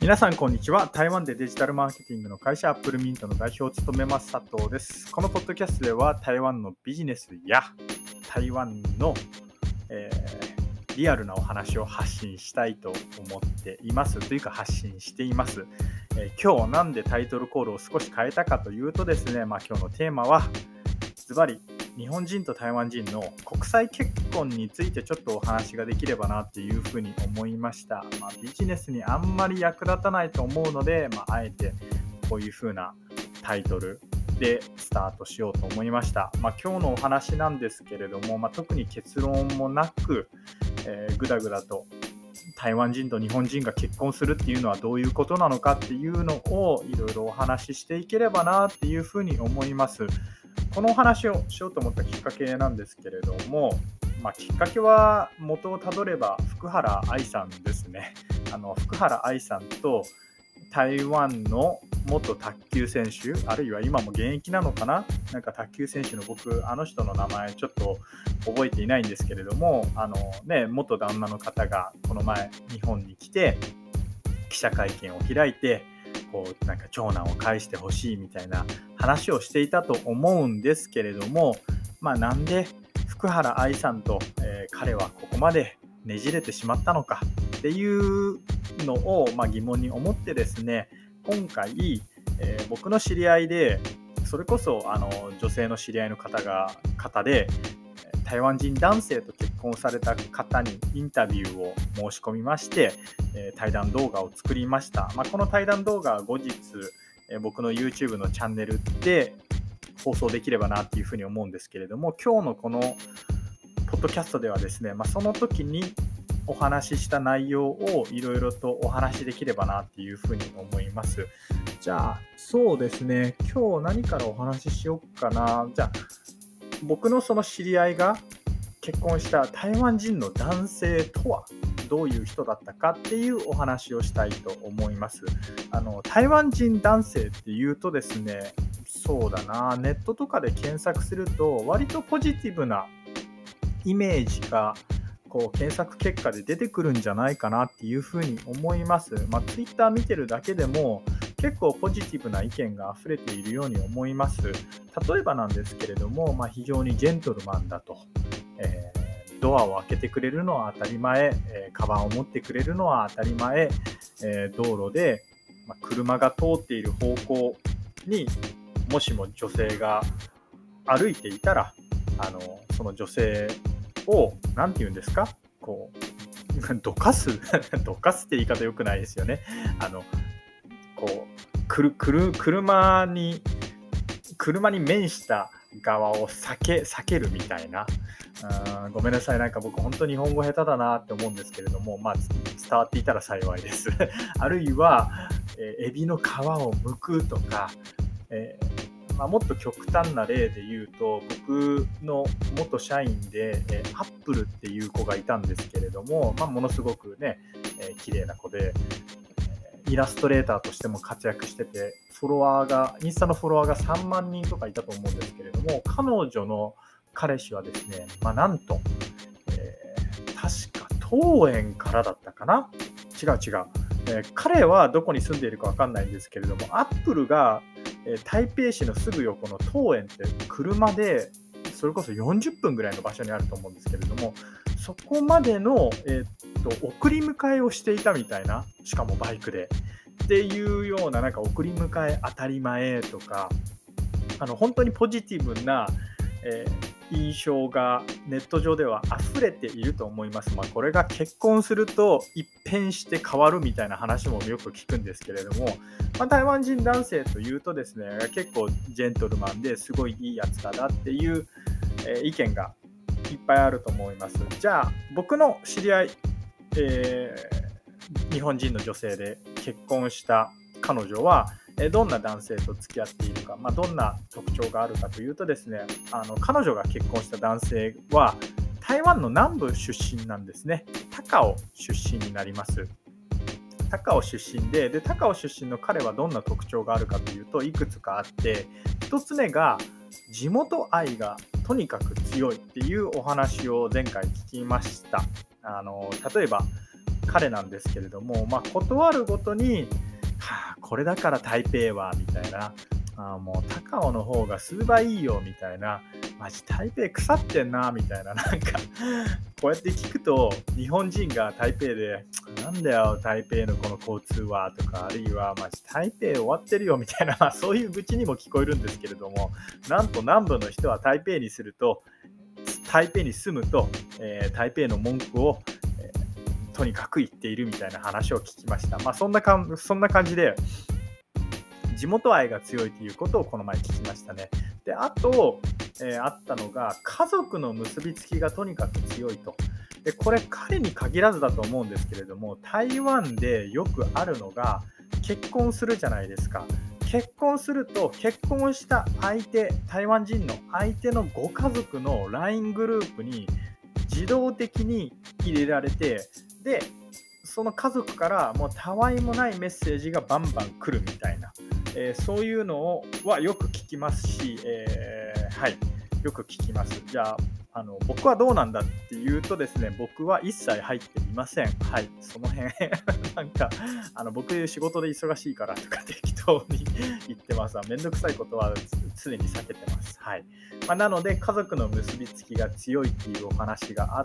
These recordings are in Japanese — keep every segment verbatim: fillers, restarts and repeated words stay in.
皆さんこんにちは。台湾でデジタルマーケティングの会社アップルミントの代表を務めます佐藤です。このポッドキャストでは台湾のビジネスや台湾の、えー、リアルなお話を発信したいと思っていますというか発信しています。えー、今日なんでタイトルコールを少し変えたかというとですね、まあ、今日のテーマはズバリ日本人と台湾人の国際結婚についてちょっとお話ができればなっていうふうに思いました。まあ、ビジネスにあんまり役立たないと思うので、まあ、あえてこういうふうなタイトルでスタートしようと思いました。まあ、今日のお話なんですけれども、まあ、特に結論もなく、えー、ぐだぐだと台湾人と日本人が結婚するっていうのはどういうことなのかっていうのをいろいろお話ししていければなっていうふうに思います。このお話をしようと思ったきっかけなんですけれども、まあ、きっかけは元をたどれば福原愛さんですね。あの福原愛さんと台湾の元卓球選手、あるいは今も現役なのかな、なんか卓球選手の僕あの人の名前ちょっと覚えていないんですけれども、あの、ね、元旦那の方がこの前日本に来て記者会見を開いてこうなんか長男を返してほしいみたいな話をしていたと思うんですけれども、まあ、なんで福原愛さんと、えー、彼はここまでねじれてしまったのかっていうのを、まあ、疑問に思ってですね、今回、えー、僕の知り合いでそれこそあの女性の知り合いの方が方で台湾人男性と結婚された方にインタビューを申し込みまして、えー、対談動画を作りました。まあ、この対談動画は後日、えー、僕の YouTube のチャンネルで放送できればなっていうふうに思うんですけれども、今日のこのポッドキャストではですね、まあ、その時にお話しした内容をいろいろとお話しできればなっていうふうに思います。じゃあそうですね、今日何からお話ししようかな。じゃあ僕のその知り合いが結婚した台湾人の男性とはどういう人だったかっていうお話をしたいと思います。あの台湾人男性っていうとですね、そうだな、ネットとかで検索すると割とポジティブなイメージがこう検索結果で出てくるんじゃないかなっていうふうに思います。まあ、Twitter 見てるだけでも結構ポジティブな意見が溢れているように思います。例えばなんですけれども、まあ、非常にジェントルマンだと、えー、ドアを開けてくれるのは当たり前、えー、カバンを持ってくれるのは当たり前、えー、道路で、まあ、車が通っている方向にもしも女性が歩いていたら、あのその女性を何て言うんですか、こうどかすどかすって言い方良くないですよね。あのこうくるくる車に車に面した側を避け避けるみたいな。あ、ごめんなさい、なんか僕本当に日本語下手だなって思うんですけれども、まあ伝わっていたら幸いです。あるいは、えー、エビの皮を剥くとか、えーまあ、もっと極端な例で言うと、僕の元社員で、えー、アップルっていう子がいたんですけれども、まあ、ものすごくね、えー、綺麗な子で、イラストレーターとしても活躍してて、フォロワーがインスタのフォロワーがさんまんにんとかいたと思うんですけれども、彼女の彼氏はですね、まあ、なんと、えー、確か桃園からだったかな、違う違う、えー、彼はどこに住んでいるか分かんないんですけれども、アップルが、えー、台北市のすぐ横の桃園って車でそれこそよんじゅっぷんぐらいの場所にあると思うんですけれども、そこまでの、えー、っと送り迎えをしていたみたいな、しかもバイクでっていうような、なんか送り迎え当たり前とか、あの本当にポジティブな、えー、印象がネット上では溢れていると思います。まあ、これが結婚すると一変して変わるみたいな話もよく聞くんですけれども、まあ、台湾人男性というとですね、結構ジェントルマンですごいいいやつだなっていう、えー、意見がいっぱいあると思います。じゃあ僕の知り合い、えー、日本人の女性で結婚した彼女はどんな男性と付き合っているか、まあ、どんな特徴があるかというとですね、あの彼女が結婚した男性は台湾の南部出身なんですね。高雄出身になります。高雄出身で、で高雄出身の彼はどんな特徴があるかというといくつかあって、一つ目が地元愛がとにかく強いっていうお話を前回聞きました。あの例えば彼なんですけれども、まあ、断るごとに、はあ、これだから台北はみたいな、ああもう高尾の方が数倍いいよみたいな、マジ台北腐ってんなみたいな、なんかこうやって聞くと日本人が台北でなんだよ台北のこの交通はとか、あるいはマジ台北終わってるよみたいな、まあ、そういう愚痴にも聞こえるんですけれども、なんと南部の人は台北にすると台北に住むと、えー、台北の文句を、えー、とにかく言っているみたいな話を聞きました。まあ、そんなかんそんな感じで地元愛が強いということをこの前聞きましたね。で、あと、えー、あったのが家族の結びつきがとにかく強いと。で、これ彼に限らずだと思うんですけれども、台湾でよくあるのが結婚するじゃないですか。結婚すると結婚した相手、台湾人の相手のご家族の ライン グループに自動的に入れられて、で、その家族からもうたわいもないメッセージがバンバン来るみたいな、えー、そういうのをはよく聞きますし、えー、はい、よく聞きます。じゃあ、あの僕はどうなんだっていうとですね、僕は一切入っていません。はい、その辺なんかあの僕仕事で忙しいからとか適当に言ってます。めんどくさいことは常に避けてます。はい。まあ、なので家族の結びつきが強いっていうお話があって、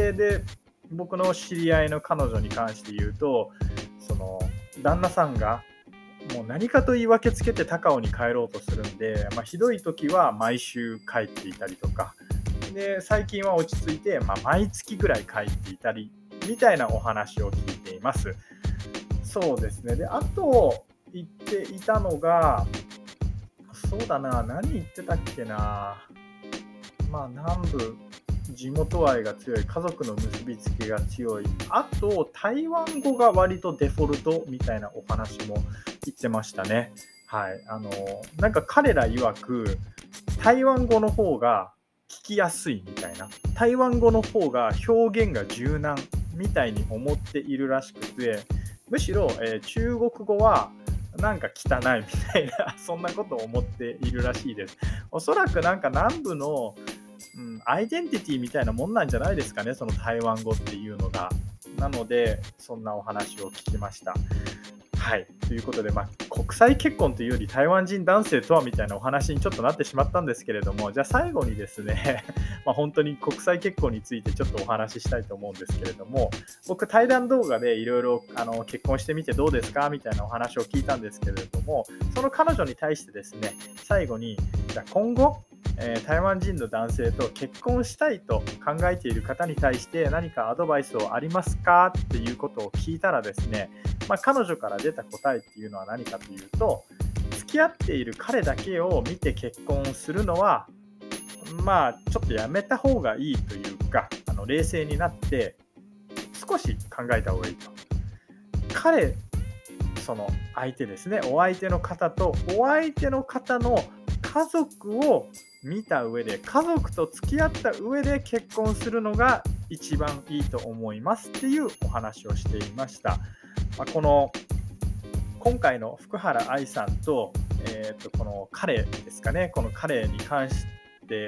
で僕の知り合いの彼女に関して言うと、その旦那さんがもう何かと言い訳つけて高尾に帰ろうとするんで、まあ、ひどい時は毎週帰っていたりとかで、最近は落ち着いて、まあ、毎月ぐらい帰っていたりみたいなお話を聞いています。そうですね。で、あと言っていたのが、そうだな、何言ってたっけな。まあ南部地元愛が強い、家族の結びつきが強い、あと台湾語が割とデフォルトみたいなお話も言ってましたね。はい、あのなんか彼ら曰く台湾語の方が聞きやすいみたいな、台湾語の方が表現が柔軟みたいに思っているらしくて、むしろ、えー、中国語はなんか汚いみたいなそんなことを思っているらしいです。おそらくなんか南部のうん、アイデンティティみたいなもんなんじゃないですかね、その台湾語っていうのが。なので、そんなお話を聞きました。はい。ということで、まあ、国際結婚というより台湾人男性とはみたいなお話にちょっとなってしまったんですけれども、じゃあ最後にですね、まあ、本当に国際結婚についてちょっとお話ししたいと思うんですけれども、僕、対談動画でいろいろ結婚してみてどうですかみたいなお話を聞いたんですけれども、その彼女に対してですね、最後に、じゃあ今後、えー、台湾人の男性と結婚したいと考えている方に対して何かアドバイスをありますかっていうことを聞いたらですね、まあ、彼女から出た答えっていうのは何かというと、付き合っている彼だけを見て結婚するのはまあちょっとやめた方がいいというか、あの冷静になって少し考えた方がいいと。彼その相手ですね、お相手の方とお相手の方の家族を見た上で、家族と付き合った上で結婚するのが一番いいと思いますっていうお話をしていました。まあ、この今回の福原愛さんと、えー、とこの彼ですかね、この彼に関して、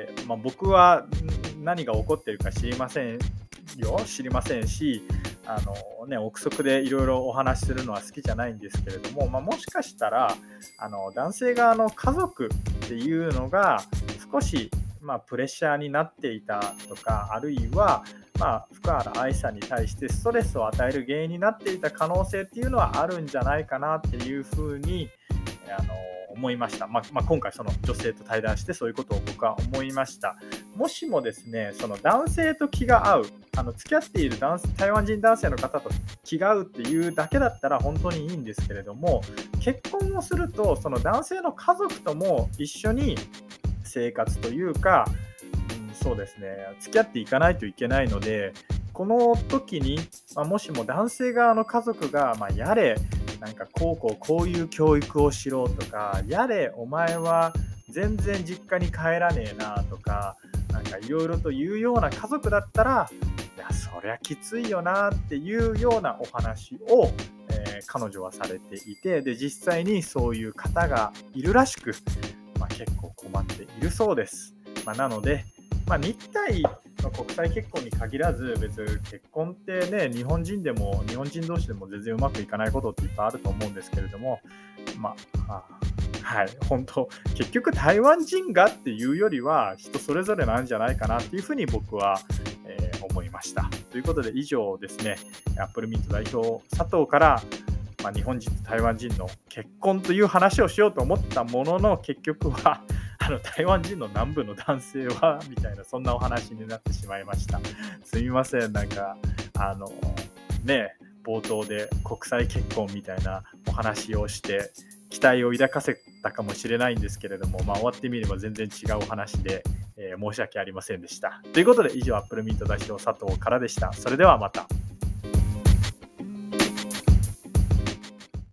まあ、僕は何が起こっているか知りませんよ、知りませんし、あのね、憶測でいろいろお話しするのは好きじゃないんですけれども、まあ、もしかしたらあの男性側の家族っていうのが少し、まあ、プレッシャーになっていたとか、あるいは、まあ、福原愛さんに対してストレスを与える原因になっていた可能性っていうのはあるんじゃないかなっていうふうにあの思いました。まあまあ、今回その女性と対談してそういうことを僕は思いました。もしもですね、その男性と気が合う、あの付き合っている男台湾人男性の方と気が合うっていうだけだったら本当にいいんですけれども、結婚をするとその男性の家族とも一緒に生活というか、うん、そうですね、付き合っていかないといけないので、この時に、まあ、もしも男性側の家族が、まあ、やれなんかこうこうこういう教育をしろとか、やれお前は全然実家に帰らねえなとか、なんかいろいろと言うような家族だったら、いやそりゃきついよなっていうようなお話を、えー、彼女はされていて、で実際にそういう方がいるらしく、まあ、結構困っているそうです。まあ、なのでまあ、日体の国際結婚に限らず、別に結婚ってね、日本人でも、日本人同士でも全然うまくいかないことっていっぱいあると思うんですけれども、まあ、はい、本当、結局台湾人がっていうよりは、人それぞれなんじゃないかなっていうふうに僕は、えー思いました。ということで、以上ですね、アップルミント代表、佐藤から、まあ、日本人と台湾人の結婚という話をしようと思ったものの、結局は、あの台湾人の南部の男性はみたいな、そんなお話になってしまいました。すみません、なんかあのね冒頭で国際結婚みたいなお話をして期待を抱かせたかもしれないんですけれども、まあ、終わってみれば全然違うお話で、えー申し訳ありませんでした。ということで以上、アップルミント代表佐藤からでした。それではまた。